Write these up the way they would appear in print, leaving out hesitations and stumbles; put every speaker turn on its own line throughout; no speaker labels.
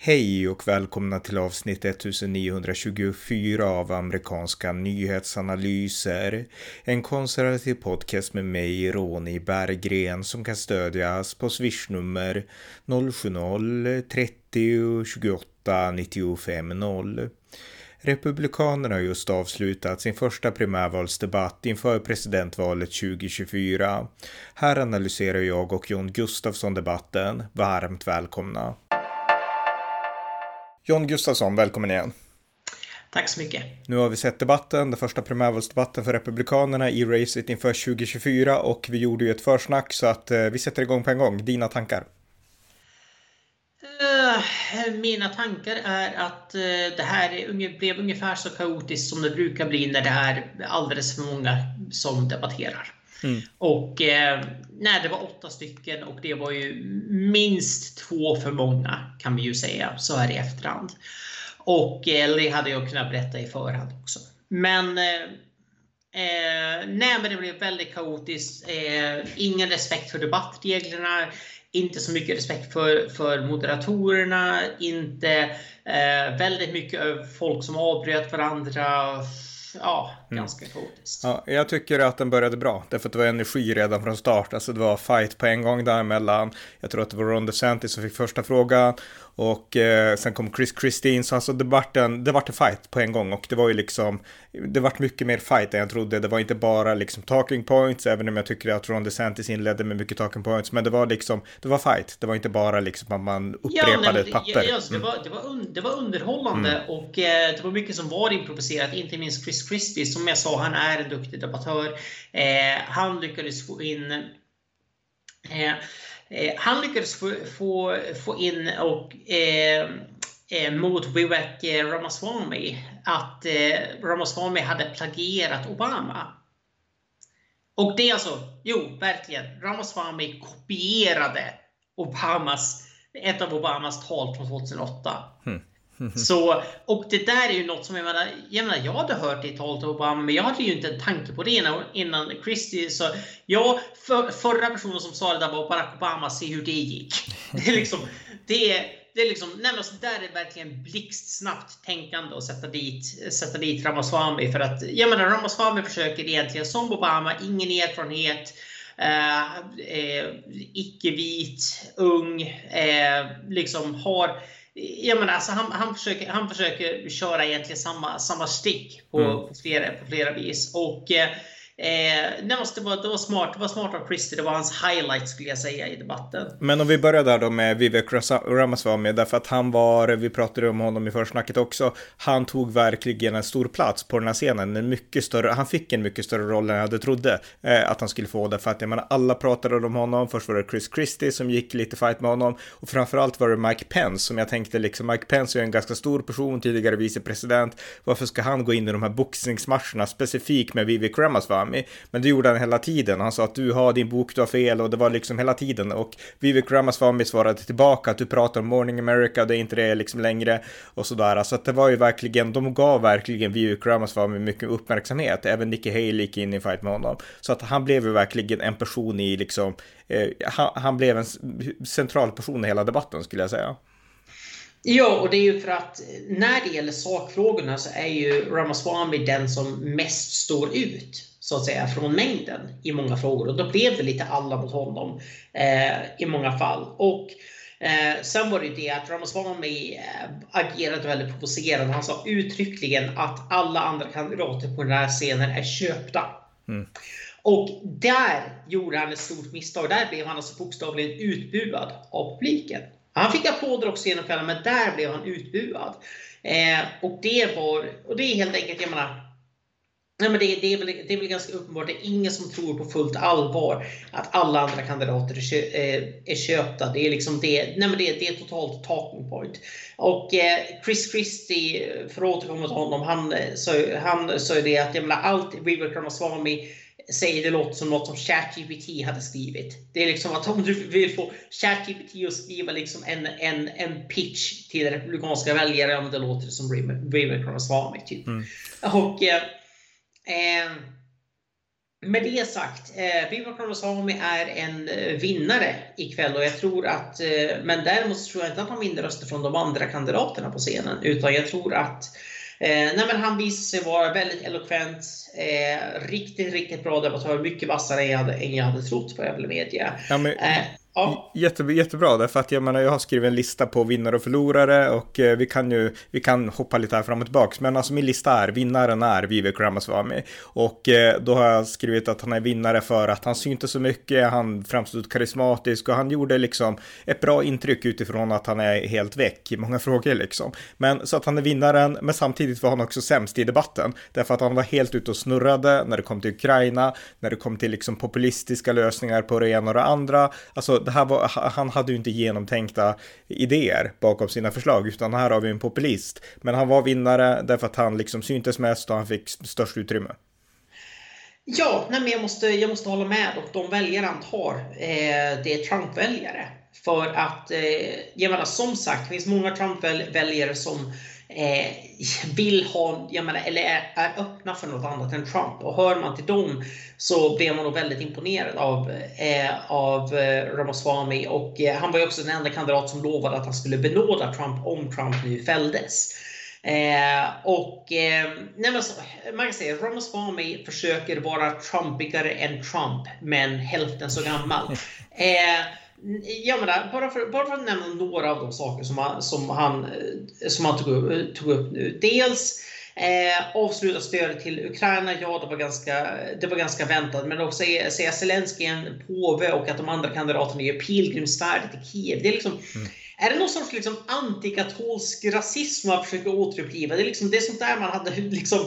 Hej och välkomna till avsnitt 1924 av amerikanska nyhetsanalyser. En konservativ podcast med mig, Ronny Berggren, som kan stödjas på swishnummer 070-30 28 95 0. Republikanerna har just avslutat sin första primärvalsdebatt inför presidentvalet 2024. Här analyserar jag och John Gustafsson debatten. Varmt välkomna. John Gustafsson, välkommen igen.
Tack så mycket.
Nu har vi sett debatten, den första primärvalsdebatten för Republikanerna i racet inför 2024 och vi gjorde ju ett försnack så att vi sätter igång på en gång. Dina tankar?
Mina tankar är att det här blev ungefär så kaotiskt som det brukar bli när det är alldeles för många som debatterar. Och när det var 8 stycken och det var ju minst 2 för många, kan vi ju säga så här i efterhand. Och det hade jag kunnat berätta i förhand också. Men nej, men det blev väldigt kaotiskt. Ingen respekt för debattreglerna. Inte så mycket respekt för moderatorerna. Inte väldigt mycket folk som avbröt varandra. Ja, ganska kaotiskt.
Ja, jag tycker att den började bra. Därför att det var energi redan från start. Alltså det var fight på en gång där mellan, jag tror att det var Ron DeSantis som fick första frågan. Och sen kom Chris Christine. Så alltså det vart en fight på en gång. Och det var ju liksom, det vart mycket mer fight än jag trodde. Det var inte bara liksom talking points. Även om jag tycker att Ron DeSantis inledde med mycket talking points. Men det var liksom, det var fight. Det var inte bara liksom att man upprepade ett papper.
Ja, det var underhållande. Och det var mycket som var improviserat. Inte minst Chris Christie, som jag sa, han är en duktig debattör. Han lyckades få in få in och mot Vivek Ramaswamy att Ramaswamy hade plagierat Obama. Och det är alltså, verkligen, Ramaswamy kopierade ett av Obamas tal från 2008. Så, och det där är ju något som jag hade hört i talet av Obama, men jag hade ju inte en tanke på det innan Christie. Så förra personen som sa det där var Barack Obama, se hur det gick. Det är liksom, där är verkligen blixtsnabbt tänkande att sätta dit Ramaswamy, för att Ramaswamy försöker egentligen som Obama, ingen erfarenhet, icke-vit, ung, liksom har. Alltså han försöker köra egentligen samma stick på flera vis. Och det var smart av Christie. Det var hans highlight, skulle jag säga, i debatten.
Men om vi börjar där då med Vivek Ramaswamy, därför att vi pratade om honom i försnacket också, han tog verkligen en stor plats på den här scenen, han fick en mycket större roll än jag hade trodde att han skulle få det, för att alla pratade om honom. Först var det Chris Christie som gick lite fight med honom, och framförallt var det Mike Pence, som jag tänkte liksom, Mike Pence är en ganska stor person, tidigare vicepresident, varför ska han gå in i de här boxningsmatcherna specifikt med Vivek Ramaswamy? Men det gjorde han hela tiden. Han sa att du har din bok, du har fel, och det var liksom hela tiden. Och Vivek Ramaswamy svarade tillbaka att du pratar om Morning America, det är inte det liksom längre och sådär. Så att det var ju verkligen, de gav verkligen Vivek Ramaswamy mycket uppmärksamhet. Även Nikki Haley gick in i fight med honom. Så att han blev ju verkligen en person i liksom, han blev en central person i hela debatten, skulle jag säga.
Ja, och det är ju för att när det gäller sakfrågorna så är ju Ramaswamy den som mest står ut, så att säga, från mängden i många frågor. Och då blev det lite alla mot honom i många fall. Och sen var det ju det att Ramaswamy agerade väldigt provocerande. Han sa uttryckligen att alla andra kandidater på den här scenen är köpta. Och där gjorde han ett stort misstag. Där blev han alltså bokstavligen utbuad av publiken. Han fick applåder också genom kvällen, men där blev han utbuad. Och det är helt enkelt, det är väl ganska uppenbart. Det är ingen som tror på fullt allvar att alla andra kandidater är köpta. Det är liksom det är totalt talking point. Och Chris Christie, för att återkomma till honom, han sa det att allt Vivek Ramaswamy säger det låter som något som ChatGPT hade skrivit. Det är liksom att om du vill få ChatGPT att skriva liksom en pitch till republikanska väljare, om det låter som Vivek Ramaswamy typ. Och med det sagt, Vivek Ramaswamy är en vinnare ikväll och jag tror att, men däremot tror jag inte att han vinner röster från de andra kandidaterna på scenen, utan jag tror att han visar sig vara väldigt eloquent, riktigt bra debattör, mycket vassare än jag hade trott, vad jag vill medge.
Ja, men... Jättebra, därför att jag har skrivit en lista på vinnare och förlorare och vi kan hoppa lite här fram och tillbaka, men alltså min lista är, vinnaren är Vivek Ramaswamy och då har jag skrivit att han är vinnare för att han syntes så mycket, han framstod karismatisk och han gjorde liksom ett bra intryck utifrån att han är helt väck i många frågor liksom, men så att han är vinnaren, men samtidigt var han också sämst i debatten, därför att han var helt ute och snurrade när det kom till Ukraina, när det kom till liksom populistiska lösningar på det ena och det andra, alltså han hade ju inte genomtänkta idéer bakom sina förslag, utan här har vi en populist. Men han var vinnare därför att han liksom syntes mest och han fick störst utrymme.
Ja, men jag måste hålla med, och de väljare han tar, det är Trump-väljare. För att, jag menar, som sagt, det finns många Trump-väljare som vill ha, jag menar, eller är öppna för något annat än Trump, och hör man till dem så blir man nog väldigt imponerad av Ramaswamy, och han var ju också den enda kandidat som lovade att han skulle benåda Trump om Trump nu fälldes. Man kan säga att Ramaswamy försöker vara Trumpigare än Trump, men hälften så gammal. Jag menar, bara för att nämna några av de saker som han tog upp nu. Dels avsluta stödet till Ukraina, ja, det var ganska väntat, men också säga Zelensky en påve och att de andra kandidaterna gör pilgrimsfärd till Kiev. Det är liksom, är det någon sorts liksom antikatolsk rasism man försöker återuppliva? Det är liksom, det är sånt där man hade liksom.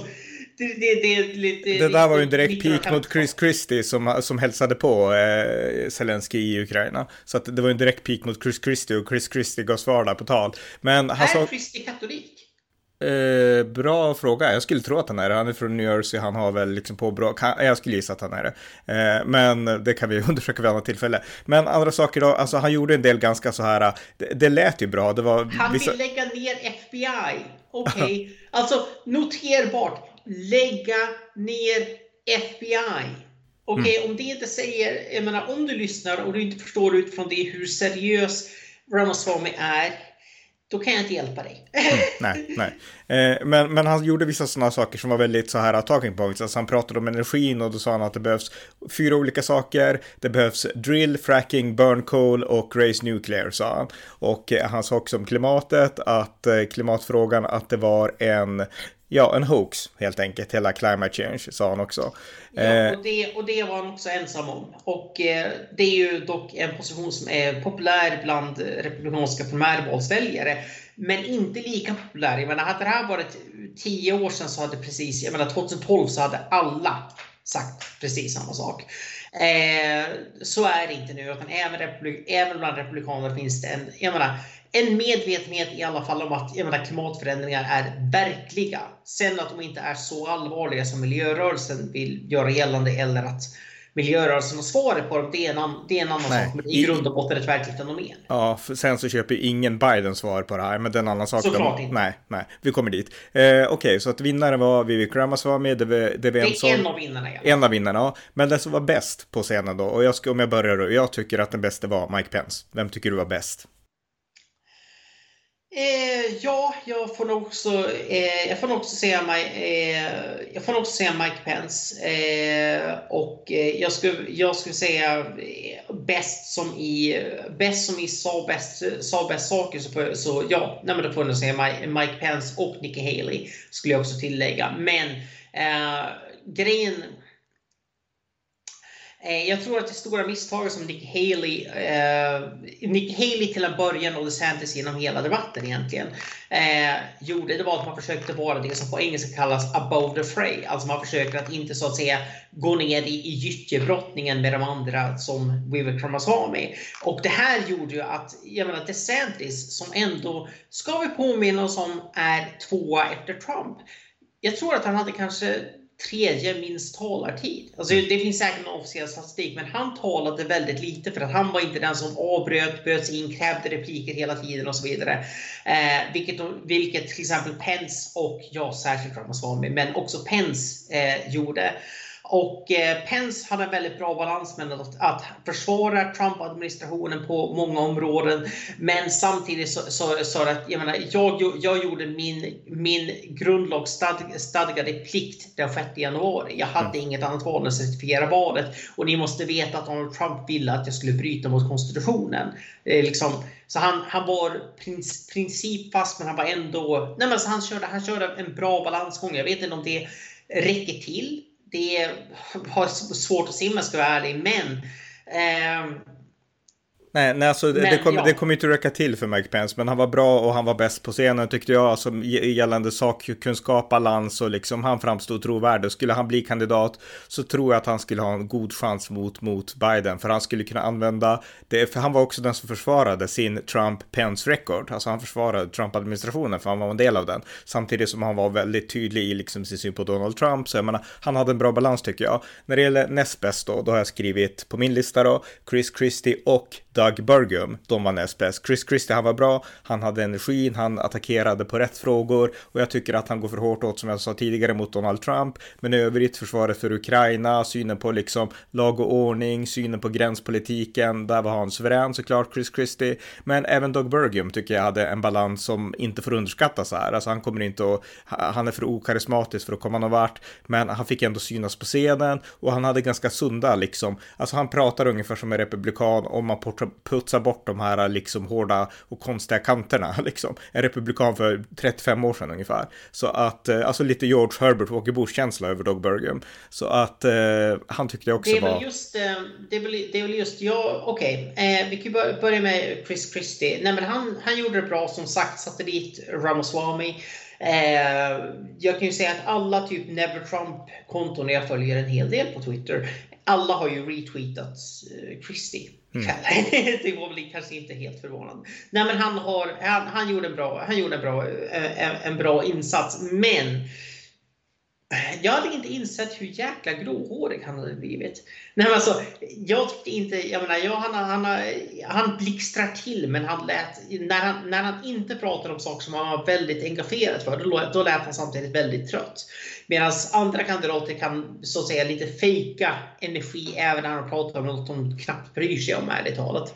Det
där var ju en direkt pik mot Chris Christie som hälsade på Zelensky i Ukraina. Så att det var en direkt pik mot Chris Christie, och Chris Christie gav svar där på tal. Men han
är Christie katolik?
Bra fråga. Jag skulle tro att han är det. Han är från New Jersey. Han har väl liksom på bra... Jag skulle gissa att han är det. Men det kan vi undersöka vid annat tillfälle. Men andra saker då. Alltså han gjorde en del ganska så här... Det lät ju bra. Det var
han vill lägga ner FBI. Okej. Alltså noterbart. Lägga ner FBI. Okej, om det inte säger... Jag menar, om du lyssnar och du inte förstår utifrån det hur seriös Ramaswamy är, då kan jag inte hjälpa dig.
Nej. Men han gjorde vissa sådana saker som var väldigt så här talking points. Alltså han pratade om energin och då sa han att det behövs 4 olika saker. Det behövs drill, fracking, burn coal och raise nuclear, sa han. Och han sa också om klimatet, att klimatfrågan, att det var en hoax helt enkelt, hela climate change, sa han också.
Ja, och det var han också ensam om. Och det är ju dock en position som är populär bland republikanska primärvalsväljare, men inte lika populär. Jag menar, hade det här varit 10 år sedan så hade precis, jag menar 2012 så hade alla sagt precis samma sak. Så är det inte nu, utan även bland republikaner finns det en medvetenhet i alla fall om att klimatförändringar är verkliga. Sen att de inte är så allvarliga som miljörörelsen vill göra gällande, eller att miljörörelsen har svaret på dem, det är en annan sak, men i grund och botten är ett verkligt fenomen.
Ja, sen så köper ingen Biden svar på det här, men det är en annan sak.
Såklart inte.
Nej, vi kommer dit. Okej, så att vinnaren var Vivek Ramaswamy, det är
en av vinnarna. Ja.
En av vinnarna, ja. Men den som var bäst på scenen då, och om jag börjar då, jag tycker att den bästa var Mike Pence. Vem tycker du var bäst?
Jag får nog också säga Mike Pence, och jag skulle säga bäst som i sa bäst saker, så ja, men då får jag säga Mike Pence och Nikki Haley skulle jag också tillägga. Men grejen, jag tror att det stora misstaget som Nikki Haley till en början och DeSantis genom hela debatten egentligen gjorde, det var att man försökte vara det som på engelska kallas above the fray. Alltså man försöker att inte så att säga gå ner i gyttjebrottningen med de andra som Vivek Ramaswamy. Och det här gjorde ju att, jag menar, DeSantis, som ändå, ska vi påminna oss om, är 2 efter Trump. Jag tror att han hade kanske 3:e minst talartid. Alltså det finns säkert någon officiell statistik, men han talade väldigt lite för att han var inte den som böts in, krävde repliker hela tiden och så vidare. Vilket till exempel Pence och särskilt Ramaswamy, men också Pence gjorde. Och Pence hade en väldigt bra balans med att försvara Trump-administrationen på många områden. Men samtidigt så att jag gjorde min grundlagsstadgade plikt den 6 januari. Jag hade inget annat val än att certifiera valet. Och ni måste veta att Donald Trump ville att jag skulle bryta mot konstitutionen. Så han var principfast, men han var ändå... Nej, men så han körde en bra balansgång. Jag vet inte om det räcker till. Det har svårt att se om jag ska vara ärlig, men...
Nej, alltså det kommer inte att räcka till för Mike Pence, men han var bra och han var bäst på scenen tyckte jag, alltså gällande sakkunskap, balans och liksom han framstod trovärdig. Skulle han bli kandidat så tror jag att han skulle ha en god chans mot Biden, för han skulle kunna använda det, för han var också den som försvarade sin Trump-Pence-record, alltså han försvarade Trump-administrationen för han var en del av den, samtidigt som han var väldigt tydlig i liksom sin syn på Donald Trump, så jag menar, han hade en bra balans tycker jag. När det gäller näst bäst då har jag skrivit på min lista då Chris Christie och Doug Burgum, de var näst bäst. Chris Christie, han var bra, han hade energin, han attackerade på rätt frågor och jag tycker att han går för hårt åt, som jag sa tidigare, mot Donald Trump, men i övrigt försvaret för Ukraina, synen på liksom lag och ordning, synen på gränspolitiken, där var han suverän såklart, Chris Christie, men även Doug Burgum tycker jag hade en balans som inte får underskattas här, alltså han kommer inte att, han är för okarismatisk för att komma någon vart, men han fick ändå synas på scenen och han hade ganska sunda liksom, alltså han pratar ungefär som en republikan om man putsa bort de här liksom hårda och konstiga kanterna liksom. En republikan för 35 år sedan ungefär. Så att, alltså lite George Herbert Walker Bush-känsla över Doug Burgum. Så att han tyckte jag också var...
Det är väl just, ja, okej. Vi kan börja med Chris Christie. Nej, men han gjorde det bra, som sagt, satte dit Ramaswamy. Jag kan ju säga att alla typ Never Trump-konton, jag följer en hel del på Twitter, alla har ju retweetat Christie. Det var väl kanske inte helt förvånande. Nej, men han gjorde en bra insats, men jag hade inte insett hur jäkla gråhårig han hade blivit. Nej, men alltså, jag tyckte inte, jag menar, han blixtrar till, men han lät, när han inte pratade om saker som han var väldigt engagerad för, då lät han samtidigt väldigt trött. Medan andra kandidater kan så att säga lite fejka energi även när han pratar om något de knappt bryr sig om, ärligt talat.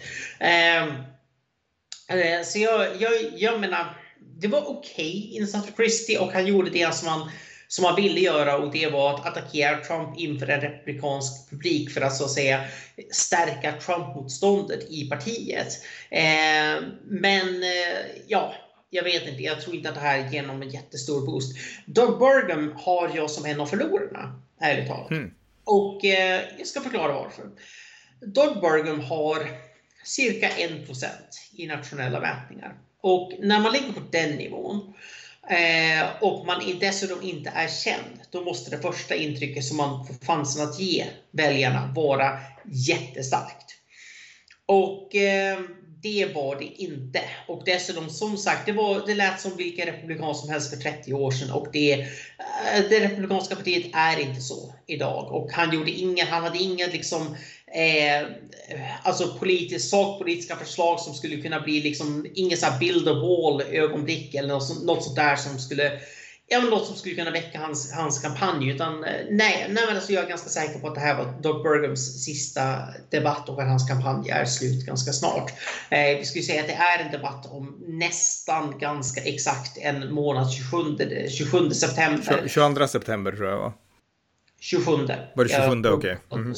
Så jag menar, det var okej insats för Christie, och han gjorde det som han ville göra, och det var att attackera Trump inför en republikansk publik för att så att säga stärka Trump-motståndet i partiet. Men ja, jag vet inte, jag tror inte att det här ger någon jättestor boost. Doug Burgum har jag som en av förlorarna, ärligt talat. Och jag ska förklara varför. Doug Burgum har cirka 1% i nationella mätningar. Och när man ligger på den nivån och man dessutom inte är känd, då måste det första intrycket som man får chansen att ge väljarna vara jättestarkt. Och det var det inte. Och dessutom, som sagt, det lät som vilka republikan som helst för 30 år sedan. Och det republikanska partiet är inte så idag. Och han hade inga liksom, alltså sakpolitiska förslag som skulle kunna bli liksom, ingen så här build a wall ögonblick eller något sånt där som skulle... något som skulle kunna väcka hans kampanj, utan nej, men alltså jag är ganska säker på att det här var Doug Burgums sista debatt och att hans kampanj är slut ganska snart. Vi skulle säga att det är en debatt om nästan ganska exakt en månad, 27 september.
22 september tror jag, va?
27.
Var det 27? Okej.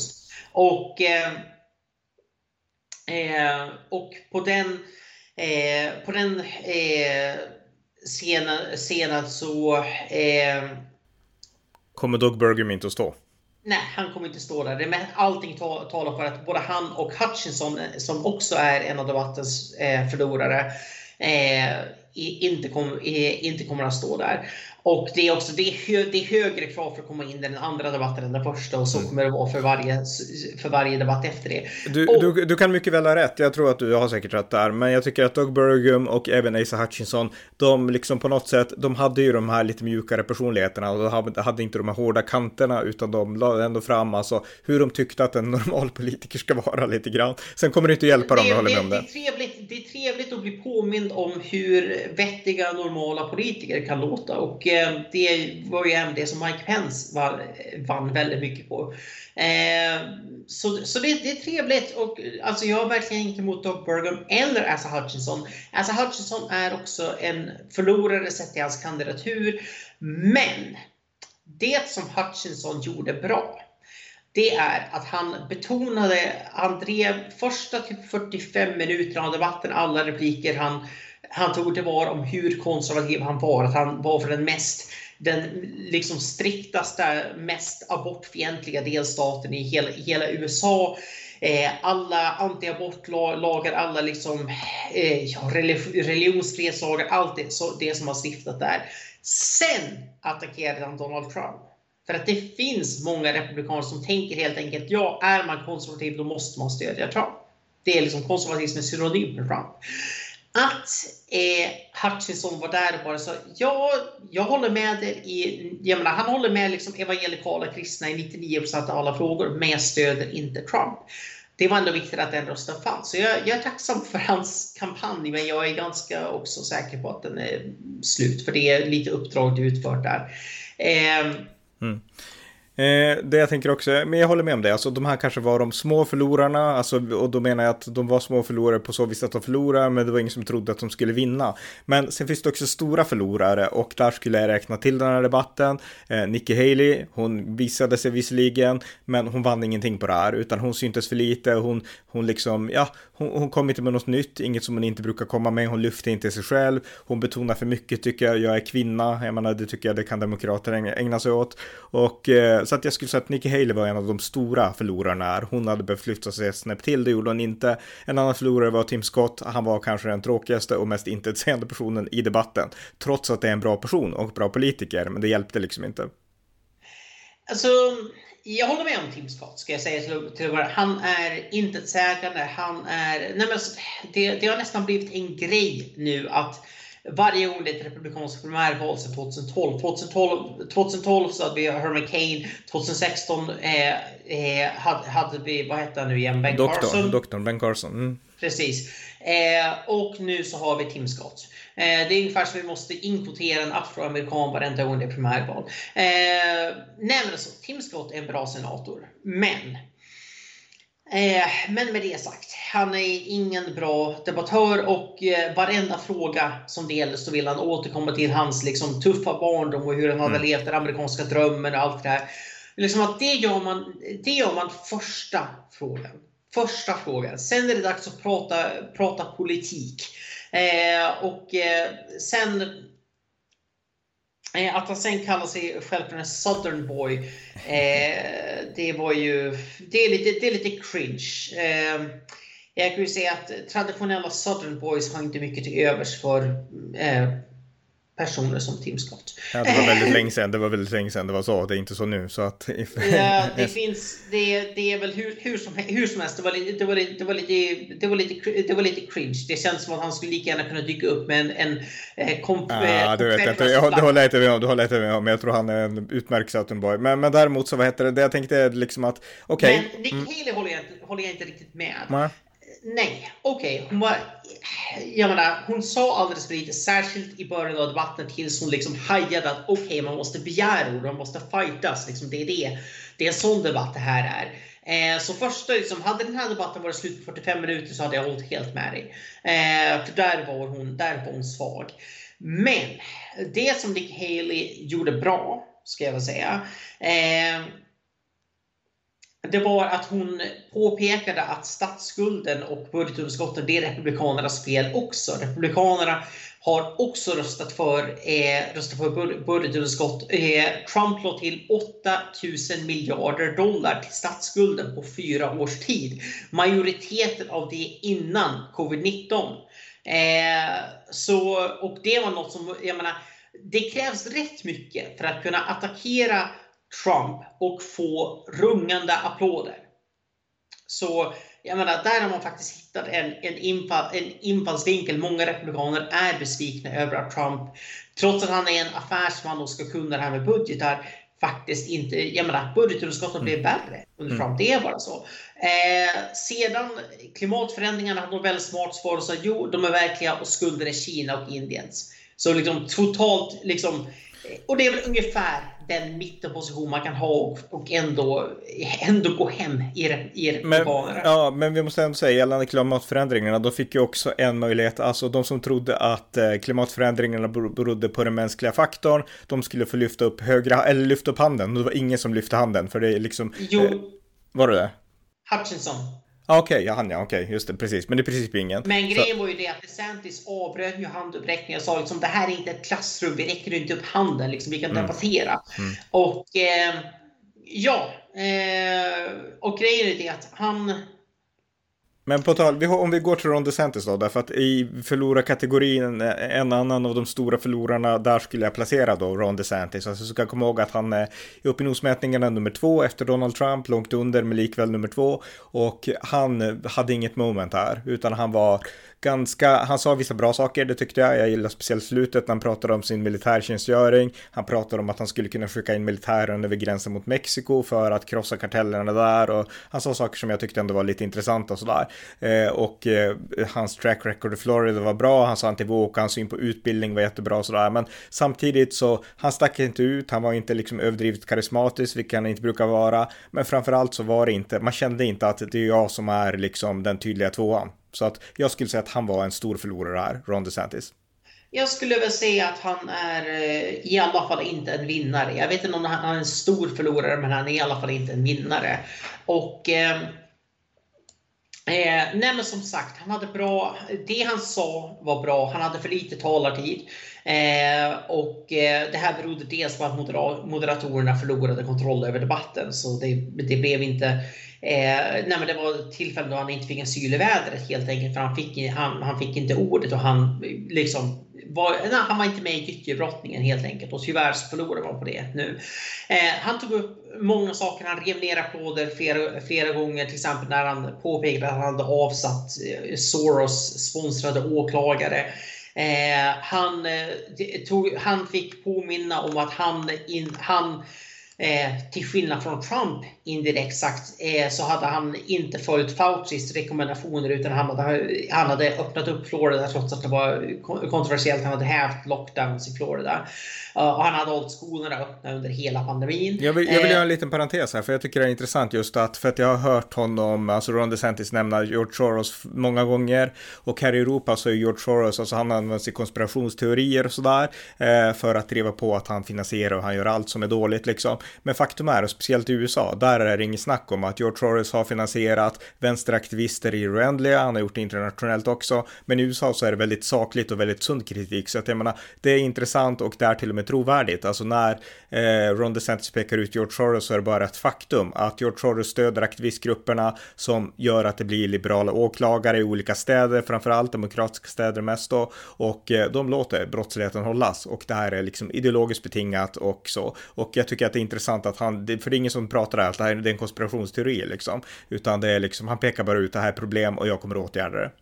Och på den senare så
kommer Doug Burgum inte att stå.
Nej, han kommer inte stå där. Men allting talar för att både han och Hutchinson, som också är en av debattens förlorare, inte kommer att stå där. Och det är också det är högre krav för att komma in i den andra debatten än den första, och så kommer det vara för varje debatt efter det.
Du kan mycket väl ha rätt. Jag tror att du har säkert rätt där, men jag tycker att Doug Burgum och även Asa Hutchinson, de liksom på något sätt, de hade ju de här lite mjukare personligheterna och de hade inte de här hårda kanterna, utan de lade ändå fram alltså hur de tyckte att en normal politiker ska vara lite grann. Sen kommer det inte hjälpa dem, jag håller med om det.
Det är trevligt att bli påmind om hur vettiga normala politiker kan låta, och det var ju även det som Mike Pence vann väldigt mycket på. Så det är trevligt. Och alltså jag har verkligen inte emot Doug Burgum eller Asa Hutchinson. Asa Hutchinson är också en förlorare sett i hans kandidatur. Men det som Hutchinson gjorde bra, det är att han drev första typ 45 minuter av debatten, alla repliker han tog det var om hur konservativ han var. Att han var för den liksom striktaste, mest abortfientliga delstaten i hela USA. Alla anti-abortlagar, alla liksom, religionsfrihetslagar, allt det som har stiftat där. Sen attackerade han Donald Trump. För att det finns många republikaner som tänker helt enkelt, ja, är man konservativ då måste man stödja Trump. Det är liksom konservatism synonym med Trump. Att Hutchinson var där och bara så, ja, jag håller med dig han håller med liksom evangelikala kristna i 99% av alla frågor, men jag stöder inte Trump. Det var ändå viktigt att den rösten fanns. Så jag är tacksam för hans kampanj, men jag är ganska också säker på att den är slut, för det är lite uppdrag utfört där.
Det jag tänker också, men jag håller med om det, alltså de här kanske var de små förlorarna, alltså, och då menar jag att de var små förlorare på så vis att de förlorade, men det var ingen som trodde att de skulle vinna. Men sen finns det också stora förlorare, och där skulle jag räkna till den här debatten. Nikki Haley, hon visade sig visserligen, men hon vann ingenting på det här, utan hon syntes för lite. Hon liksom, ja, hon kom inte med något nytt, inget som hon inte brukar komma med. Hon lyfte inte sig själv, hon betonar för mycket, tycker jag är kvinna. Jag menar, det tycker jag det kan demokrater ägna sig åt. Och så att jag skulle säga att Nikki Haley var en av de stora förlorarna här. Hon hade behövt lyfta sig ett snäpp till, det gjorde hon inte. En annan förlorare var Tim Scott. Han var kanske den tråkigaste och mest intetsägande personen i debatten, trots att det är en bra person och bra politiker, men det hjälpte liksom inte.
Alltså, jag håller med om Tim Scott, ska jag säga till att han är intetsägande, det har nästan blivit en grej nu att varje gång det är ett republikanskt primärval sedan 2012 så hade vi Herman Cain, 2016 hade vi, vad heter han nu igen?
Doktorn Ben Carson.
Precis. Och nu så har vi Tim Scott. Det är ungefär som vi måste inkvotera en afroamerikan varenda gång det är primärval. Nej, men alltså, Tim Scott är en bra senator. Men med det sagt, han är ingen bra debattör, och varenda fråga som det gäller så vill han återkomma till hans liksom tuffa barndom och hur han hade levt den amerikanska drömmen och allt det här. Liksom att det gör man första frågan. Sen är det dags att prata politik. Sen att han sen kallar sig själv för en Southern boy, det är lite cringe. Jag kan ju säga att traditionella Southern boys har inte mycket till övers för personer som Tim Scott.
Ja, det var väldigt länge sedan det var så, det är inte så nu, så att
ja, det är väl hur som helst, det var lite cringe. Det känns som att han skulle lika gärna kunna dyka upp med en
du vet inte, du håller inte med om, jag tror han är en utmärkt Southern boy, men däremot så, vad heter det jag tänkte liksom att
men Nikki Haley håller jag inte riktigt med. Nej, okej. Hon sa alldeles för lite, särskilt i början av debatten, tills hon liksom hajade att man måste begära ord, man måste fightas. Liksom, det är en sån debatt det här är. Så först liksom, hade den här debatten varit slut på 45 minuter så hade jag hållit helt med dig. För där var hon svag. Men det som Nikki Haley gjorde bra, ska jag väl säga, det var att hon påpekade att statsskulden och budgetunderskotten, det är republikanernas fel också. Republikanerna har också röstat för budgetunderskott. Trump lade till 8,000 miljarder dollar till statsskulden på 4 års tid. Majoriteten av det innan covid-19. Och det var något som, det krävs rätt mycket för att kunna attackera Trump och få rungande applåder. Så där har man faktiskt hittat en infallsvinkel. Många republikaner är besvikna över att Trump, trots att han är en affärsman och ska kunna det här med budgetar, faktiskt inte, budgetunderskotten blev värre under Trump, det är bara så. Sedan klimatförändringarna hade de väldigt smart svar och sa, jo, de är verkliga och skulder är Kina och Indiens. Så liksom totalt liksom Och det är väl ungefär den mittenposition man kan ha och ändå gå hem i republikanerna.
Ja, men vi måste ändå säga gällande klimatförändringarna, då fick ju också en möjlighet, alltså de som trodde att klimatförändringarna berodde på den mänskliga faktorn, de skulle få lyfta upp handen, och det var ingen som lyfte handen, för det är liksom...
Jo.
Var det?
Hutchinson.
Okej, just det, precis. Men det är precis ingen.
Men grejen var ju det att DeSantis avbröt ju handuppräckningen och sa liksom, det här är inte ett klassrum, vi räcker inte upp handen, liksom, vi kan debattera. Och och grejen är det att han...
Men på tal, om vi går till Ron DeSantis då, därför att i förlorarkategorin, en annan av de stora förlorarna, där skulle jag placera då Ron DeSantis. Alltså, så ska jag komma ihåg att han är i opinionsmätningarna nummer 2 efter Donald Trump, långt under, men likväl nummer 2. Och han hade inget moment här, utan han var han sa vissa bra saker, det tyckte jag gillar speciellt slutet när han pratade om sin militärtjänstgöring. Han pratade om att han skulle kunna skicka in militären över gränsen mot Mexiko för att krossa kartellerna där, och han sa saker som jag tyckte ändå var lite intressanta och sådär. Hans track record i Florida var bra, han sa anti-woke, hans syn på utbildning var jättebra och sådär, men samtidigt så han stack inte ut, han var inte liksom överdrivet karismatisk, vilket han inte brukar vara, men framförallt så var det inte, man kände inte att det är jag som är liksom den tydliga tvåan. Så att jag skulle säga att han var en stor förlorare här, Ron DeSantis.
Jag skulle väl säga att han är i alla fall inte en vinnare. Jag vet inte om han är en stor förlorare, men han är i alla fall inte en vinnare. Och nej, men som sagt, han hade bra, det han sa var bra, han hade för lite talartid. Det här berodde dels på att moderatorerna förlorade kontroll över debatten, så det blev inte nej, men det var tillfällen då han inte fick en syl i vädret helt enkelt, för han fick inte ordet, och han var inte med i gyttjebrottningen helt enkelt, och tyvärr så förlorade man på det nu. Han tog upp många saker, han rev ner applåder flera gånger, till exempel när han påpekade att han hade avsatt Soros sponsrade åklagare. Han fick påminna om att han till skillnad från Trump indirekt sagt, så hade han inte följt Faucis rekommendationer, utan han hade öppnat upp Florida trots att det var kontroversiellt. Han hade hävt lockdowns i Florida, och han hade hållit skolorna öppna under hela pandemin.
Jag vill göra en liten parentes här, för jag tycker det är intressant just för att jag har hört honom, alltså Ron DeSantis, nämna George Soros många gånger, och här i Europa så är George Soros, alltså han använder i konspirationsteorier och sådär för att driva på att han finansierar och han gör allt som är dåligt liksom. Men faktum är, och speciellt i USA, där är det inget snack om att George Soros har finansierat vänsteraktivister i det oändliga, han har gjort det internationellt också, men i USA så är det väldigt sakligt och väldigt sund kritik, så att jag menar, det är intressant och det är till och med trovärdigt. Alltså när Ron DeSantis pekar ut George Soros så är det bara ett faktum att George Soros stöder aktivistgrupperna som gör att det blir liberala åklagare i olika städer, framförallt demokratiska städer mest då, och de låter brottsligheten hållas, och det här är liksom ideologiskt betingat och så, och jag tycker att det är intressant att för det är ingen som pratar att det här är en konspirationsteori liksom, utan det är liksom, han pekar bara ut det här problem och jag kommer att åtgärda det.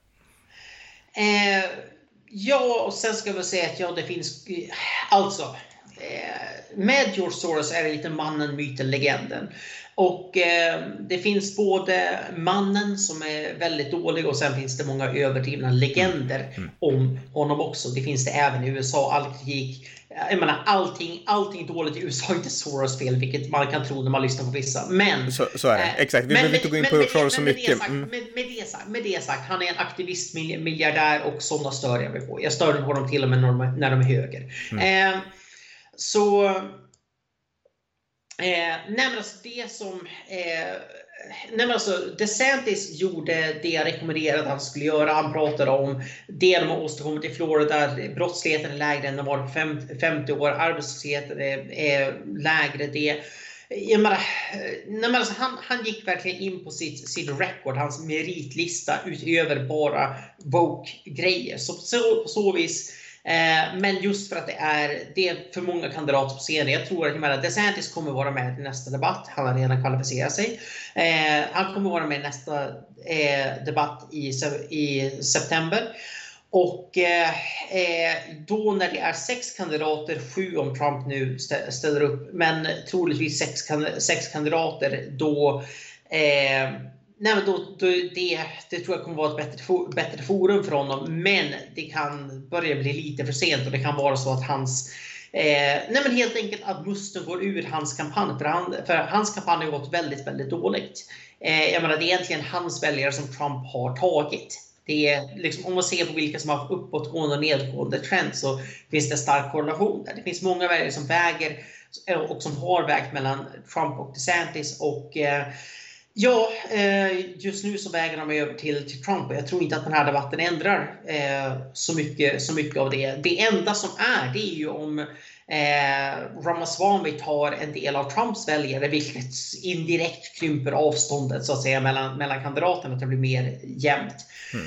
Ja, och sen ska vi säga att det finns alltså med George Soros är det lite mannen, myten, legenden. Och det finns både mannen som är väldigt dålig, och sen finns det många överdrivna legender om honom också. Det finns det även i USA. All kritik, jag menar, allting dåligt i USA är inte Soros fel, vilket man kan tro när man lyssnar på vissa. Men
så är det. Exakt. Vi behöver inte gå in på Soros så mycket.
Med det sagt, han är en aktivistmiljardär, och sådana stör jag mig på. Jag stör på dem till och med när de är höger. DeSantis gjorde det jag rekommenderade att han skulle göra. Han pratade om det de har åstadkommit i Florida. Brottsligheten är lägre än den var 50 år. Arbetslösheten är lägre. Han gick verkligen in på sitt record, hans meritlista, utöver bara woke-grejer. På så vis. Men just för att det är för många kandidater på scenen. Jag tror att DeSantis kommer vara med i nästa debatt. Han har redan kvalificerat sig. Han kommer vara med i nästa debatt i september. Och då när det är 6 kandidater, 7 om Trump nu ställer upp, men troligtvis 6 kandidater, då det tror jag kommer vara ett bättre forum för honom, men det kan börja bli lite för sent, och det kan vara så att hans Nej, men helt enkelt att musten går ur hans kampanj. För hans kampanj har gått väldigt, väldigt dåligt. Jag menar, det är egentligen hans väljare som Trump har tagit. Det är liksom, om man ser på vilka som har uppåtgående och nedgående trend, så finns det en stark korrelation där. Det finns många väljare som väger och som har vägt mellan Trump och DeSantis, och just nu så väger de över till Trump, och jag tror inte att den här debatten ändrar så mycket av det. Det enda som det är ju om Ramaswamy tar en del av Trumps väljare, vilket indirekt krymper avståndet så att säga mellan kandidaterna, att det blir mer jämnt.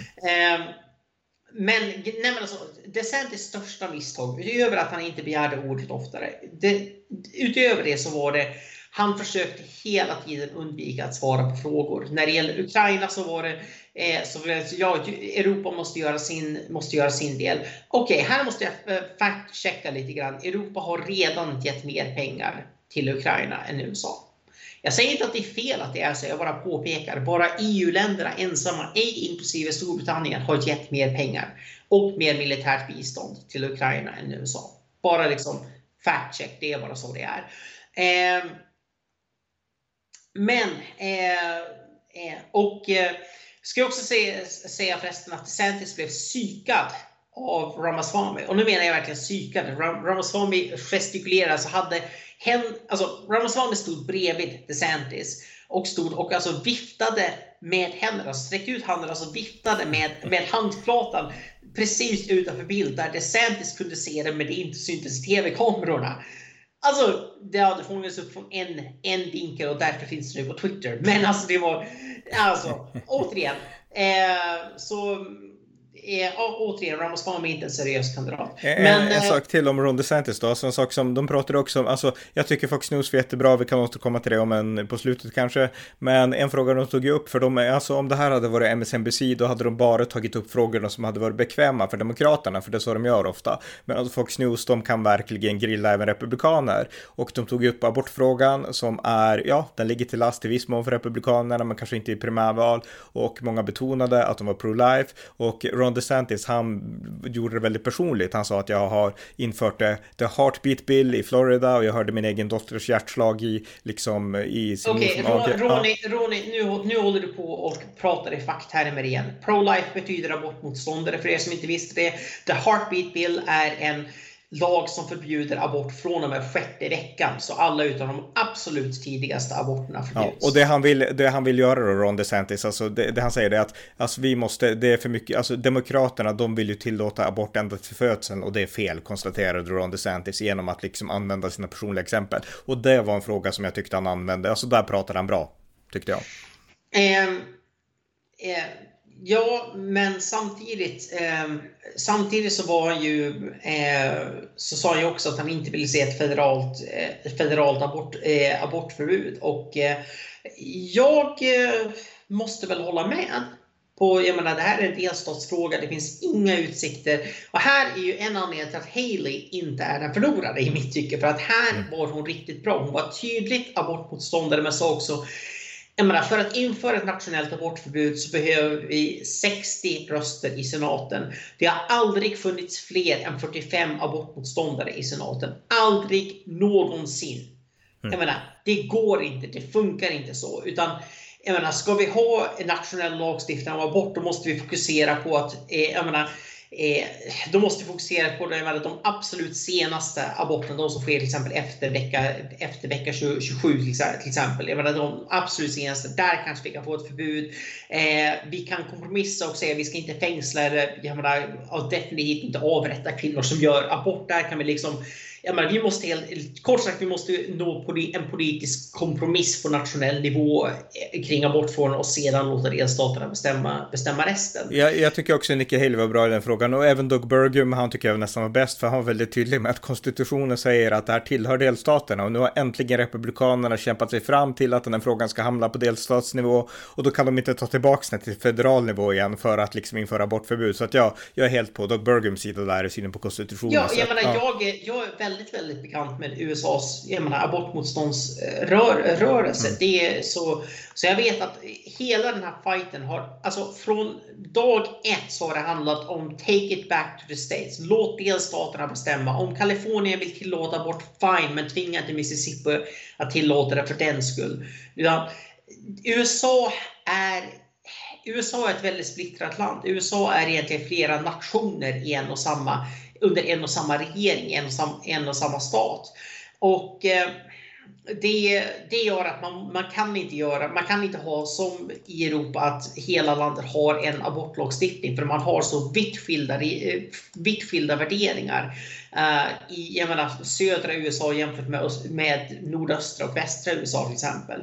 Men alltså, DeSantis största misstag, utöver att han inte begärde ordet oftare, utöver det så var det, han försökte hela tiden undvika att svara på frågor. När det gäller Ukraina så var det Europa måste göra sin del. Okej, här måste jag fact-checka lite grann. Europa har redan gett mer pengar till Ukraina än USA. Jag säger inte att det är fel att det är så, jag bara påpekar. Bara EU-länderna ensamma, inklusive Storbritannien, har gett mer pengar och mer militärt bistånd till Ukraina än USA. Bara liksom fact-check, det är bara så det är. Ska jag också säga förresten att DeSantis blev psykad av Ramaswamy. Och nu menar jag verkligen psykad. Ramaswamy gestikulerade, så Ramaswamy stod bredvid DeSantis och alltså viftade med händerna, sträckte ut händerna och viftade med handflatan precis utanför bild, där DeSantis kunde se det, men det inte syntes i tv-kamerorna. Alltså, det hade fångats upp från en vinkel, och därför finns det nu på Twitter. Men alltså, det var, återigen, återigen, Ramaswamy är inte en seriös kandidat.
En sak till om Ron DeSantis då, alltså en sak som de pratar också om, alltså jag tycker Fox News var jättebra, vi kan återkomma till det på slutet kanske, men en fråga de tog upp, för de, alltså om det här hade varit MSNBC, då hade de bara tagit upp frågorna som hade varit bekväma för demokraterna, för det är så de gör ofta, men alltså Fox News, de kan verkligen grilla även republikaner, och de tog upp abortfrågan som är, den ligger till last i viss mån för republikanerna, men kanske inte i primärval, och många betonade att de var pro-life, och Ron DeSantis, han gjorde det väldigt personligt. Han sa att jag har infört the heartbeat bill i Florida, och jag hörde min egen dotters hjärtslag i sin
Ronny, nu håller du på och pratar i facktermer igen. Pro-life betyder abortmotståndare, för er som inte visste det. The heartbeat bill är en lag som förbjuder abort från och med 6:e veckan, så alla utan de absolut tidigaste aborterna förbjuds.
Ja, och det han vill göra då, Ron DeSantis, alltså det han säger är att alltså det är för mycket, alltså demokraterna, de vill ju tillåta abort ända till födseln, och det är fel, konstaterade Ron DeSantis genom att liksom använda sina personliga exempel, och det var en fråga som jag tyckte han använde, alltså där pratade han bra, tyckte jag.
Ja, men samtidigt så var ju så sa han ju också att han inte ville se ett federalt abortförbud, och jag måste väl hålla med på, jag menar, det här är en delstatsfråga, det finns inga utsikter, och här är ju en anledning till att Haley inte är den förlorade i mitt tycke, för att här var hon riktigt bra, hon var tydligt abortmotståndare, men sa också, för att införa ett nationellt abortförbud så behöver vi 60 röster i senaten. Det har aldrig funnits fler än 45 abortmotståndare i senaten. Aldrig någonsin. Det går inte, det funkar inte så. Utan, ska vi ha en nationell lagstiftning om abort, då måste vi fokusera på att, då måste vi fokusera på de absolut senaste aborterna, de som sker till exempel efter vecka 27 till exempel. De absolut senaste, där kanske vi kan få ett förbud. Vi kan kompromissa och säga att vi ska inte fängsla eller definitivt inte avrätta kvinnor som gör abort. Där kan vi liksom, vi måste kort sagt, vi måste nå en politisk kompromiss på nationell nivå kring abortfrågan, och sedan låta delstaterna bestämma resten.
Jag tycker också att Nikki Haley var bra i den frågan, och även Doug Burgum, han tycker jag nästan var bäst, för han var väldigt tydlig med att konstitutionen säger att det här tillhör delstaterna, och nu har äntligen republikanerna kämpat sig fram till att den här frågan ska hamna på delstatsnivå, och då kan de inte ta tillbaka den till federal nivå igen för att liksom införa abortförbud. Så att jag är helt på Doug Burgums sida där i synen på konstitutionen.
Jag är väldigt väldigt, väldigt bekant med USAs abortmotståndsrörelse. Det är så jag vet att hela den här fighten har, alltså från dag ett så har det handlat om take it back to the states. Låt delstaterna bestämma. Om Kalifornien vill tillåta abort, fine, men tvinga inte Mississippi att tillåta det för den skull. USA är ett väldigt splittrat land. USA är egentligen flera nationer under en och samma regering, en och samma stat. Och det gör att man kan inte ha som i Europa att hela landet har en abortlagstiftning, för man har så vitt skilda värderingar i södra USA jämfört med nordöstra och västra USA till exempel.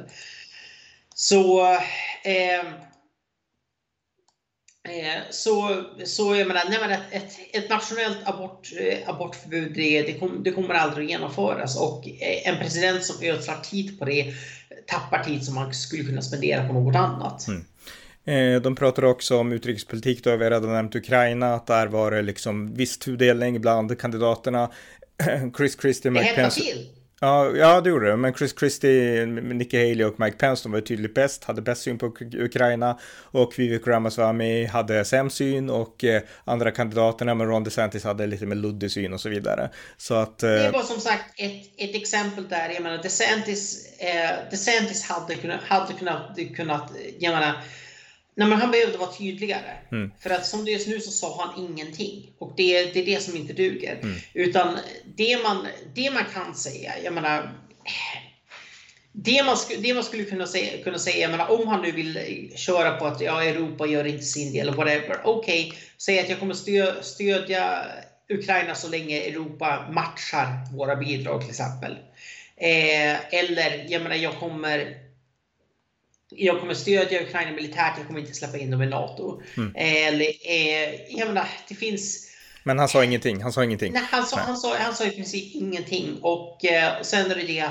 Så jag menar, ett nationellt abortförbud det kommer aldrig att genomföras, och en president som ödslar tid på det tappar tid som man skulle kunna spendera på något annat.
De pratar också om utrikespolitik, då har vi redan nämnt Ukraina, att där var det liksom viss tudelning bland kandidaterna. Chris Christie, Mike Pence. Ja, det gjorde det. Men Chris Christie, Nikki Haley och Mike Pence, de var tydligt bäst, hade bäst syn på Ukraina, och Vivek Ramaswamy hade sämst syn, och andra kandidaterna med Ron DeSantis hade lite mer luddig syn och så vidare. Så att,
det var som sagt ett exempel där, jag menar, DeSantis hade kunnat jag menar, nej, men han behövde vara tydligare. För att som det är nu så sa han ingenting. Och det är det som inte duger. Utan det man kan säga, jag menar, det man skulle kunna säga, jag menar, om han nu vill köra på att Europa gör inte sin del eller whatever. Okej, säg att jag kommer stödja Ukraina så länge Europa matchar våra bidrag till exempel. Eller jag menar, jag kommer stödja Ukraina militärt, jag kommer inte släppa in dem i NATO. Jag menar, det finns...
Men han sa ingenting.
Nej, han sa i princip ingenting. Och sen är det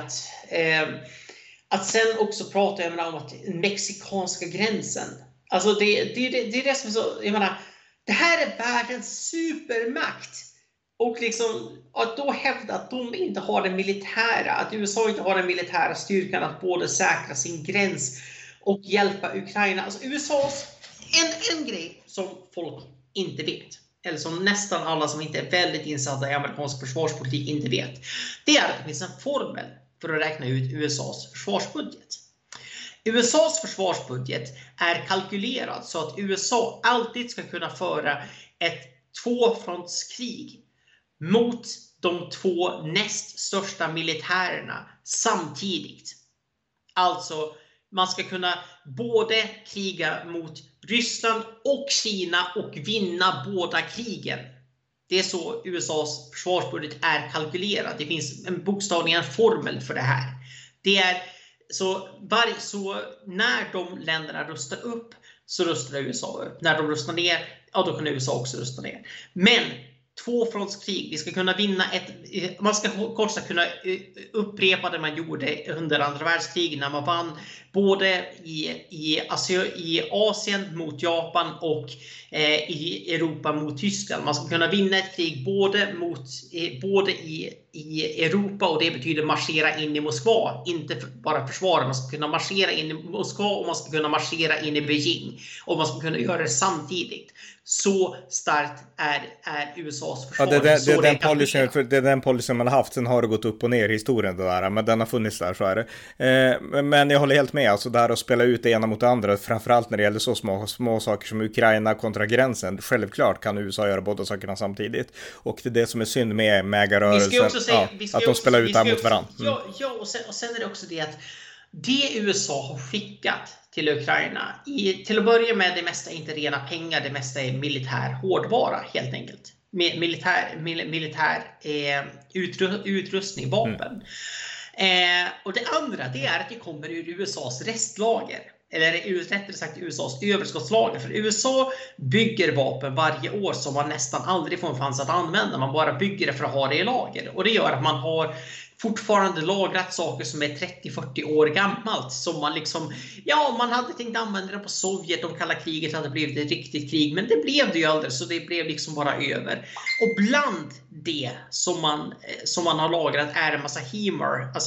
att sen också prata, jag menar, om att mexikanska gränsen. Alltså det är det som är så, jag menar, det här är världens supermakt. Och liksom att då hävda att de inte har den militära, att USA inte har den militära styrkan att både säkra sin gräns och hjälpa Ukraina. Alltså USAs en grej som folk inte vet, eller som nästan alla som inte är väldigt insatta i amerikansk försvarspolitik inte vet, det är att det finns en formel för att räkna ut USAs försvarsbudget. USAs försvarsbudget är kalkylerad så att USA alltid ska kunna föra ett tvåfrontskrig mot de två näst största militärerna samtidigt. Alltså man ska kunna både kriga mot Ryssland och Kina och vinna båda krigen. Det är så USAs försvarsbudget är kalkylerad. Det finns bokstavligen en formel för det här. Det är så när de länderna rustar upp så rustar USA upp. När de rustar ner, då kan USA också rusta ner. Men tvåfrontskrig, vi ska kunna vinna man ska kort sagt kunna upprepa det man gjorde under andra världskriget när man vann både i Asien mot Japan och i Europa mot Tyskland. Man ska kunna vinna ett krig både i Europa, och det betyder marschera in i Moskva, inte bara försvara. Man ska kunna marschera in i Moskva och man ska kunna marschera in i Beijing, och man ska kunna göra det samtidigt. Så starkt är USAs försvar.
Ja, det är den policyn man har haft. Sen har det gått upp och ner i historien det där, men den har funnits där, så är det. Men jag håller helt med, alltså där att spela ut det ena mot det andra, framförallt när det gäller så små saker som Ukraina kontra gränsen. Självklart kan USA göra båda sakerna samtidigt, och det är det som är synd med MAGA-rörelsen, att de spelar ut det här mot varandra.
Ja, och sen är det också det att det USA har skickat till Ukraina, till att börja med, det mesta är inte rena pengar, det mesta är militär hårdvara helt enkelt. Militär utrustning, vapen. Och det andra, det är att det kommer ur USAs restlager. Eller rättare sagt USAs överskottslager. För USA bygger vapen varje år som man nästan aldrig får en chans att använda. Man bara bygger det för att ha det i lager. Och det gör att man har fortfarande lagrat saker som är 30-40 år gammalt. Som man liksom, man hade tänkt använda det på Sovjet om kalla kriget hade blivit ett riktigt krig. Men det blev det ju aldrig, så det blev liksom bara över. Och bland det som man har lagrat är en massa HIMAR, alltså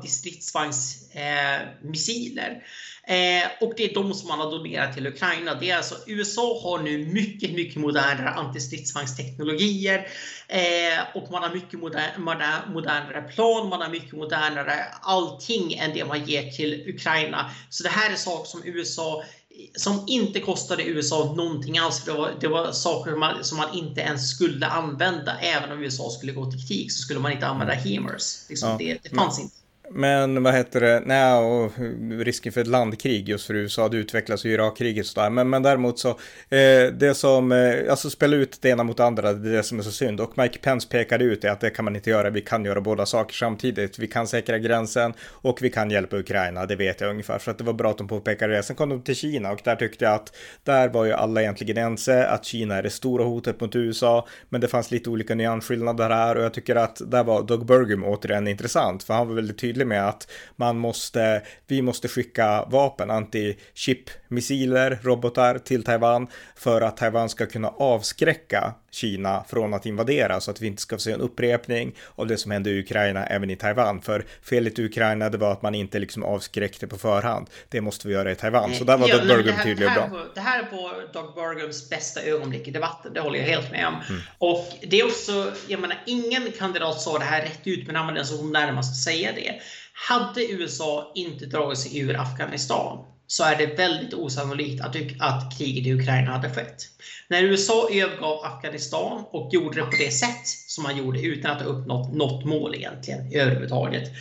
antistridsvagnsmissiler. Och det är de som man har donerat till Ukraina. Det är alltså, USA har nu mycket, mycket modernare antistridsvagnsteknologier. Och man har mycket modernare plan. Man har mycket modernare allting än det man ger till Ukraina. Så det här är saker som USA, som inte kostade USA någonting alls. Det var saker som man inte ens skulle använda. Även om USA skulle gå till krig så skulle man inte använda HIMARS. Liksom, det fanns inte.
Men vad heter det? Nej, och risken för ett landkrig just för USA, det utvecklas ju i Irakkriget och sådär. Men däremot så, det som, alltså spela ut det ena mot det andra, det är det som är så synd. Och Mike Pence pekade ut det att det kan man inte göra, vi kan göra båda saker samtidigt. Vi kan säkra gränsen och vi kan hjälpa Ukraina, det vet jag ungefär. För att det var bra att de påpekade det. Sen kom de till Kina och där tyckte jag att där var ju alla egentligen ense att Kina är det stora hotet mot USA. Men det fanns lite olika nyansskillnader här och jag tycker att där var Doug Burgum återigen intressant. För han var väldigt tydlig med att vi måste skicka vapen, anti-chip-missiler, robotar till Taiwan för att Taiwan ska kunna avskräcka Kina från att invadera så att vi inte ska få se en upprepning av det som hände i Ukraina även i Taiwan. För felet i Ukraina det var att man inte liksom avskräckte på förhand. Det måste vi göra i Taiwan. Så där var Doug Burgum tydlig och bra.
Det här är på Doug Burgums bästa ögonblick i debatten. Det håller jag helt med om. Och det är också, jag menar, ingen kandidat sa det här rätt ut, men använder så närmast säga det. Hade USA inte dragit sig ur Afghanistan så är det väldigt osannolikt att kriget i Ukraina hade skett. När USA övergav Afghanistan och gjorde det på det sätt som man gjorde utan att ha uppnått något mål egentligen överhuvudtaget.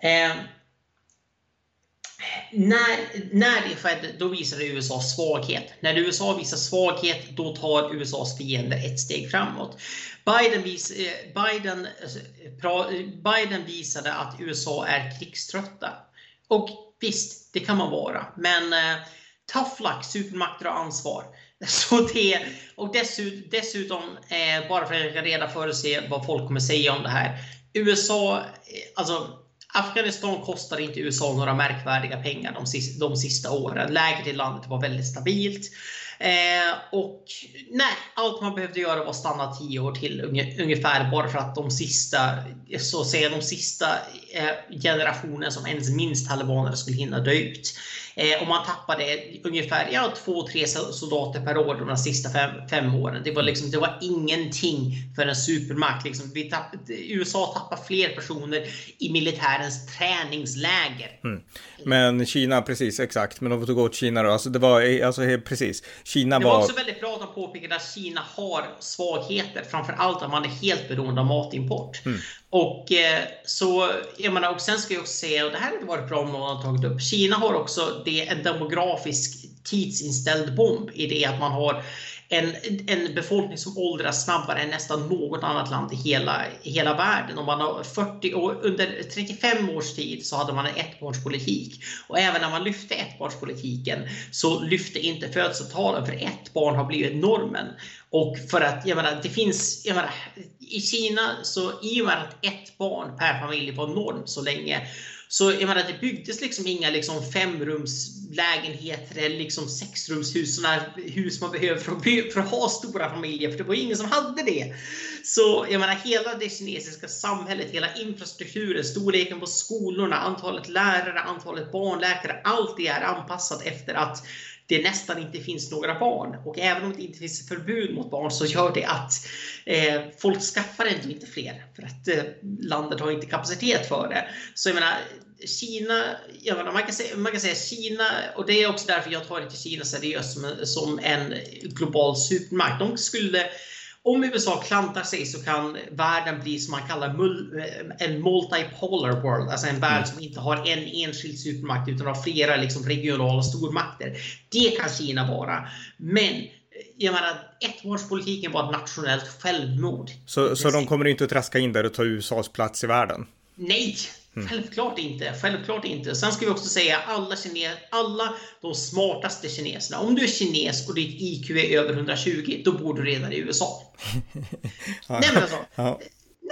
När det skedde, då visade USA svaghet. När USA visar svaghet, då tar USAs fiender ett steg framåt. Biden visade att USA är krigströtta. Och visst, det kan man vara. Men tough luck, supermakter och ansvar. Så det, och dessutom, bara för att jag ska reda för att se vad folk kommer säga om det här. USA, alltså Afghanistan kostar inte USA några märkvärdiga pengar de sista åren. Läget i landet var väldigt stabilt. Och nej, allt man behövde göra var stanna 10 år till ungefär, bara för att de sista generationen som ens minst talibaner skulle hinna dö ut. Och man tappade ungefär 2-3 soldater per år de sista 5 åren. Det var ingenting för en supermakt. Liksom, USA tappar fler personer i militärens träningsläger.
Men Kina, precis, exakt. Men de tog åt Kina då. Alltså det var, precis. Kina
det var också väldigt bra att de påpekade att Kina har svagheter. Framförallt att man är helt beroende av matimport. Och så, jag menar, och sen ska jag också säga, och det här har inte varit bra om någon har tagit upp, Kina har också en demografisk tidsinställd bomb i det att man har en befolkning som åldras snabbare än nästan något annat land i hela världen. Om man har 40 år, under 35 års tid så hade man en ettbarnspolitik. Och även när man lyfte ettbarnspolitiken så lyfte inte födelsetalen, för ett barn har blivit normen. Och för att, i Kina så i och med att ett barn per familj var norm så länge, så det byggdes liksom inga 5-rumslägenheter eller 6-rumshus, sådana hus man behöver för att ha stora familjer, för det var ingen som hade det. Så hela det kinesiska samhället, hela infrastrukturen, storleken på skolorna, antalet lärare, antalet barnläkare, allt det är anpassat efter att det nästan inte finns några barn. Och även om det inte finns förbud mot barn så gör det att folk skaffar ändå inte fler. För att landet har inte kapacitet för det. Så Kina, man kan säga Kina, och det är också därför jag tar inte Kina seriöst som en global supermakt. De skulle, om USA klantar sig så kan världen bli som man kallar en multipolar world. Alltså en värld som inte har en enskild supermakt utan har flera regionala stormakter. Det kan Kina vara. Men ettbarnspolitiken var ett nationellt självmord.
Så de kommer inte att traska in där och ta USAs plats i världen?
Nej, självklart inte. Sen ska vi också säga alla de smartaste kineserna. Om du är kines och ditt IQ är över 120, då bor du redan i USA. Nej, men alltså,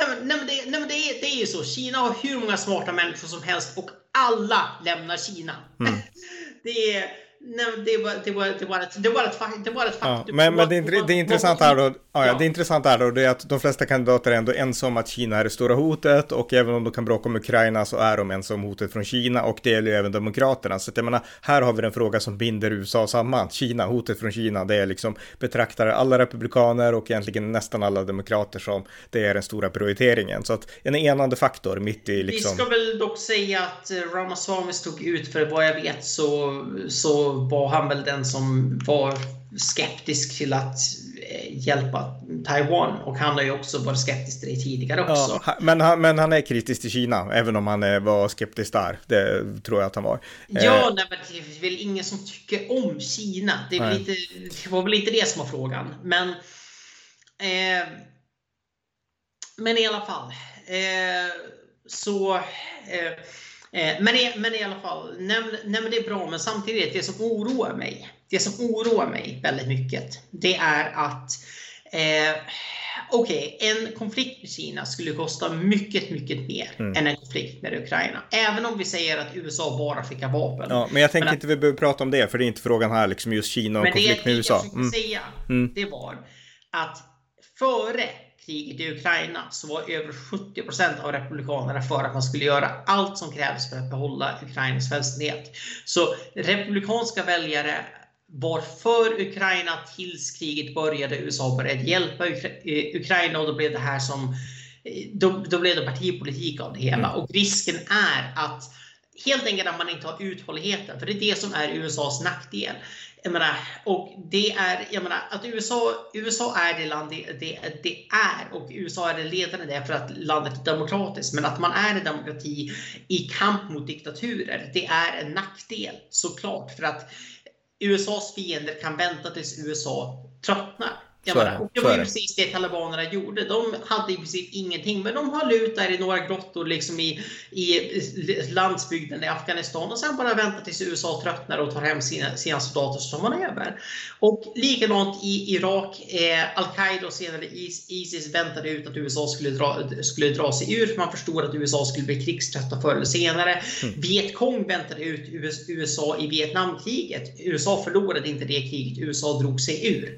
Det är ju så. Kina har hur många smarta människor som helst och alla lämnar Kina. Det är... Det var ett faktum.
Men det intressanta här då, det intressanta här då, det är att de flesta kandidater är ändå ensamma om att Kina är det stora hotet, och även om de kan bråka om Ukraina så är de ensamma om hotet från Kina, och det gäller ju även demokraterna. Så att jag menar, här har vi en fråga som binder USA samman. Kina, hotet från Kina, det är liksom betraktar alla republikaner och egentligen nästan alla demokrater som det är den stora prioriteringen. Så att en enande faktor mitt i liksom...
Vi ska väl dock säga att Ramaswamy stod ut, för vad jag vet så var han väl den som var skeptisk till att hjälpa Taiwan, och han har ju också varit skeptisk till det tidigare också.
Ja, men han är kritisk till Kina, även om han var skeptisk där. Det tror jag att han var.
Ja, nej, men det är väl ingen som tycker om Kina. Det var väl inte det som var frågan. Men i alla fall men i alla fall, nej, men det är bra, men samtidigt det som oroar mig väldigt mycket, det är att en konflikt med Kina skulle kosta mycket mer än en konflikt med Ukraina. Även om vi säger att USA bara skickar vapen.
Ja, men jag tänker inte vi behöver prata om det, för det är inte frågan här liksom just Kina och konflikt med USA.
Men det jag försökte säga, det var att före kriget i Ukraina så var över 70% av republikanerna för att man skulle göra allt som krävs för att behålla Ukrainas självständighet. Så republikanska väljare var för Ukraina tills kriget började. USA började hjälpa Ukraina, och då blev det här som då blev det partipolitik av det hela. Och risken är att helt enkelt att man inte har uthålligheten, för det är det som är USAs nackdel. Att USA är det land det är, och USA är det ledande där för att landet är demokratiskt, men att man är en demokrati i kamp mot diktaturer, det är en nackdel såklart, för att USAs fiender kan vänta tills USA tröttnar. Och det var ju precis det talibanerna gjorde. De hade i princip ingenting, men de höll ut där i några grottor liksom i landsbygden i Afghanistan, och sen bara väntar tills USA tröttnar och tar hem sina soldater som man över. Och likadant i Irak, Al-Qaida och senare ISIS väntade ut att USA skulle dra sig ur, för man förstod att USA skulle bli krigströtta förr eller senare. Vietcong väntade ut USA i Vietnamkriget. USA förlorade inte det kriget, USA drog sig ur.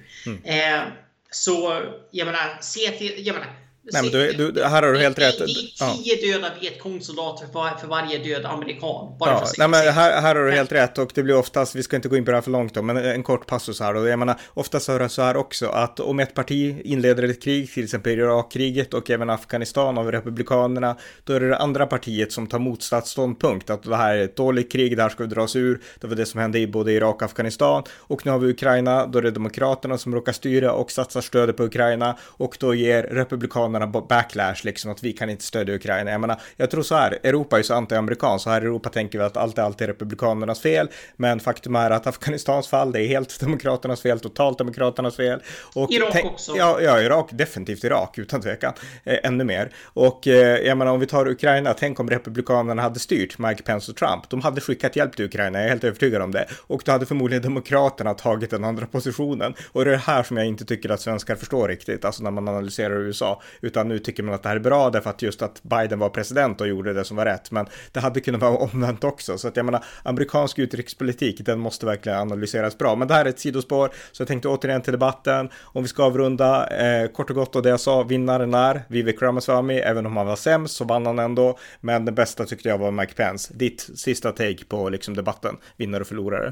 Så jag menar,
nej, men här har du helt rätt.
Det är 10 döda Vietcong-soldater för varje död amerikan.
Nej, men här har du helt rätt, och det blir oftast, vi ska inte gå in på det här för långt då, men en kort passus här. Och jag menar, oftast hör det så här också, att om ett parti inleder ett krig, till exempel Irakkriget och även Afghanistan av republikanerna, då är det andra partiet som tar motsatsståndpunkt, att det här är ett dåligt krig, det här ska vi dra oss ur. Det var det som hände i både Irak och Afghanistan, och nu har vi Ukraina, då är det demokraterna som råkar styra och satsar stödet på Ukraina, och då ger republikanerna backlash liksom, att vi kan inte stödja Ukraina. Jag menar, jag tror så här, Europa är så anti-amerikan, så här i Europa tänker vi att allt är republikanernas fel, men faktum är att Afghanistans fall, det är helt demokraternas fel, totalt demokraternas fel. Och
Irak också.
Ja, Irak, definitivt Irak, utan tvekan. Ännu mer. Och jag menar, om vi tar Ukraina, tänk om republikanerna hade styrt Mike Pence och Trump. De hade skickat hjälp till Ukraina, jag är helt övertygad om det. Och då hade förmodligen demokraterna tagit den andra positionen. Och det är det här som jag inte tycker att svenskar förstår riktigt, alltså när man analyserar USA. Utan nu tycker man att det här är bra därför att just att Biden var president och gjorde det som var rätt. Men det hade kunnat vara omvänt också. Så att jag menar, amerikansk utrikespolitik, den måste verkligen analyseras bra. Men det här är ett sidospår, så jag tänkte återigen till debatten. Om vi ska avrunda kort och gott, och det jag sa, vinnaren är Vivek Ramaswamy. Även om han var sämst så vann han ändå. Men det bästa tyckte jag var Mike Pence. Ditt sista take på liksom debatten, vinnare och förlorare.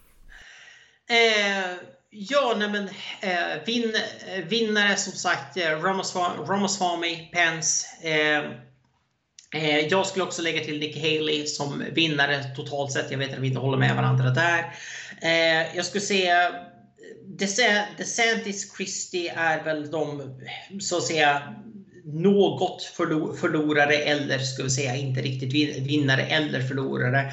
Ja, nej men vinnare som sagt, Ramaswamy, Pence. Jag skulle också lägga till Nikki Haley som vinnare totalt sett. Jag vet att vi inte håller med varandra där. Jag skulle säga DeSantis, Christie är väl de, så att säga, något förlorare, eller ska vi säga inte riktigt vinnare eller förlorare.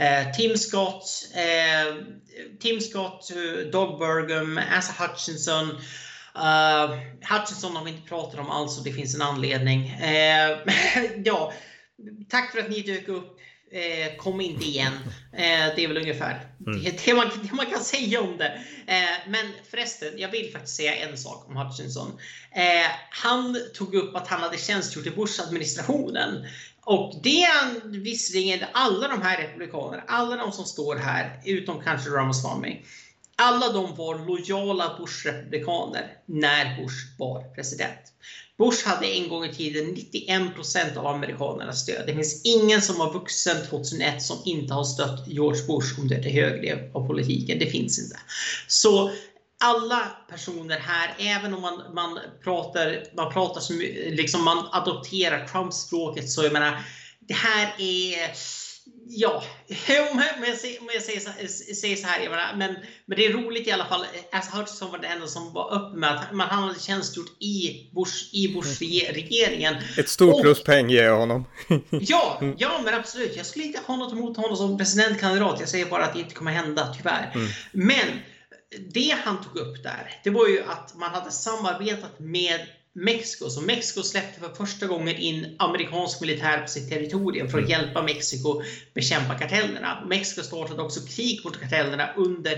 Tim Scott, Doug Burgum, Asa Hutchinson. Hutchinson har vi inte pratat om alls, och det finns en anledning. Ja, tack för att ni dök upp. kom inte igen. Det är väl ungefär det man kan säga om det. Men förresten, jag vill faktiskt säga en sak om Hutchinson. Han tog upp att han hade tjänstgjort i Bush-administrationen. Och det är visserligen alla de här republikanerna, alla de som står här, utom kanske Ramaswamy, alla de var lojala Bush-republikaner när Bush var president. Bush hade en gång i tiden 91% av amerikanernas stöd. Det finns ingen som var vuxen 2001 som inte har stött George Bush om det är till höger av politiken. Det finns inte. Så alla personer här, även om man pratar som liksom man adopterar Trump-språket, så jag menar, det här är, ja, om jag säger så här, jag menar, men det är roligt i alla fall. Hutchinson var det enda som var uppe med att han hade tjänstgjort i Bush-regeringen.
Ett stort pluspeng ger jag honom.
ja, men absolut. Jag skulle inte ha något emot honom som presidentkandidat. Jag säger bara att det inte kommer hända, tyvärr. Men det han tog upp där, det var ju att man hade samarbetat med Mexiko. Så Mexiko släppte för första gången in amerikansk militär på sitt territorium för att hjälpa Mexiko bekämpa kartellerna. Mexiko startade också krig mot kartellerna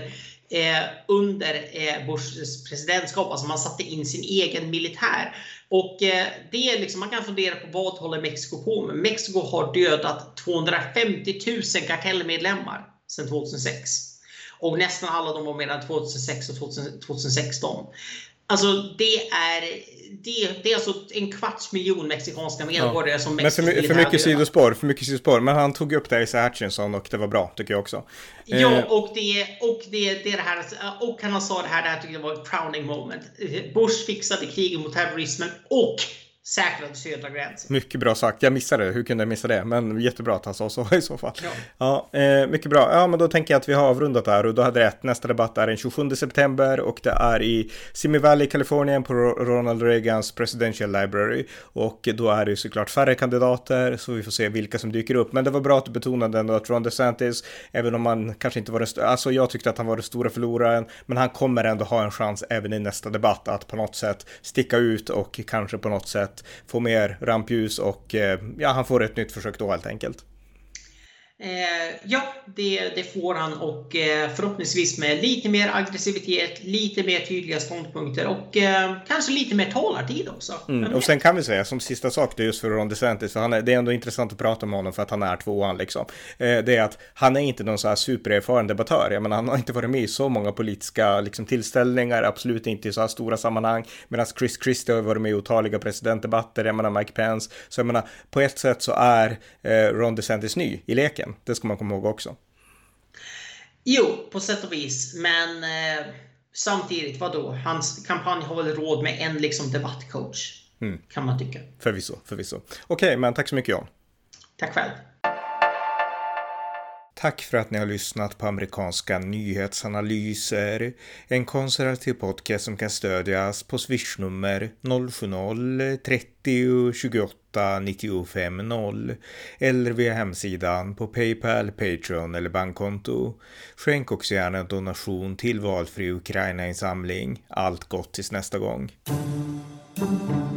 under Bushs presidentskap. Alltså man satte in sin egen militär. Och det är liksom, man kan fundera på vad håller Mexiko på med. Mexiko har dödat 250 000 kartellmedlemmar sedan 2006. Och nästan alla de var mellan 2006 och 2016. Alltså det är alltså 250 000 mexikanska medborgare som
men för mycket sidospår. Men han tog upp det i Hutchinson och det var bra, tycker jag också.
Ja, och det här, och han sa det här tycker jag var ett crowning moment. Bush fixade kriget mot terrorismen och säkrade södra gränsen.
Mycket bra sagt. Jag missade det. Hur kunde jag missa det? Men jättebra att han sa så i så fall.
Ja.
Mycket bra. Ja, men då tänker jag att vi har avrundat där. Och då hade rätt. Nästa debatt är den 27 september. Och det är i Simi Valley, Kalifornien på Ronald Reagans Presidential Library. Och då är det såklart färre kandidater. Så vi får se vilka som dyker upp. Men det var bra att du betonade ändå att Ron DeSantis, även om han kanske inte var alltså jag tyckte att han var den stora förloraren. Men han kommer ändå ha en chans även i nästa debatt att på något sätt sticka ut och kanske på något sätt få mer rampljus och han får ett nytt försök då helt enkelt.
Ja, det får han, och förhoppningsvis med lite mer aggressivitet, lite mer tydliga ståndpunkter och kanske lite mer talartid också.
Och sen kan vi säga som sista sak, det är just för Ron DeSantis, för det är ändå intressant att prata med honom för att han är tvåan liksom. Det är att han är inte någon så här supererfaren debattör. Jag menar, han har inte varit med i så många politiska liksom, tillställningar, absolut inte i så här stora sammanhang, medan Chris Christie har varit med i otaliga presidentdebatter, jag menar Mike Pence. Så jag menar, på ett sätt så är Ron DeSantis ny i leken. Det ska man komma ihåg också.
Jo, på sätt och vis. Men samtidigt, vadå? Hans kampanj har väl råd med en liksom debattcoach. Kan man tycka.
Förvisso. Okej, men tack så mycket, Jan.
Tack själv.
Tack för att ni har lyssnat på amerikanska nyhetsanalyser. En konservativ podcast som kan stödjas på Swish-nummer 070-30 28 95 0 eller via hemsidan på PayPal, Patreon eller bankkonto. Skänk också gärna en donation till valfri Ukraina-insamling. Allt gott tills nästa gång.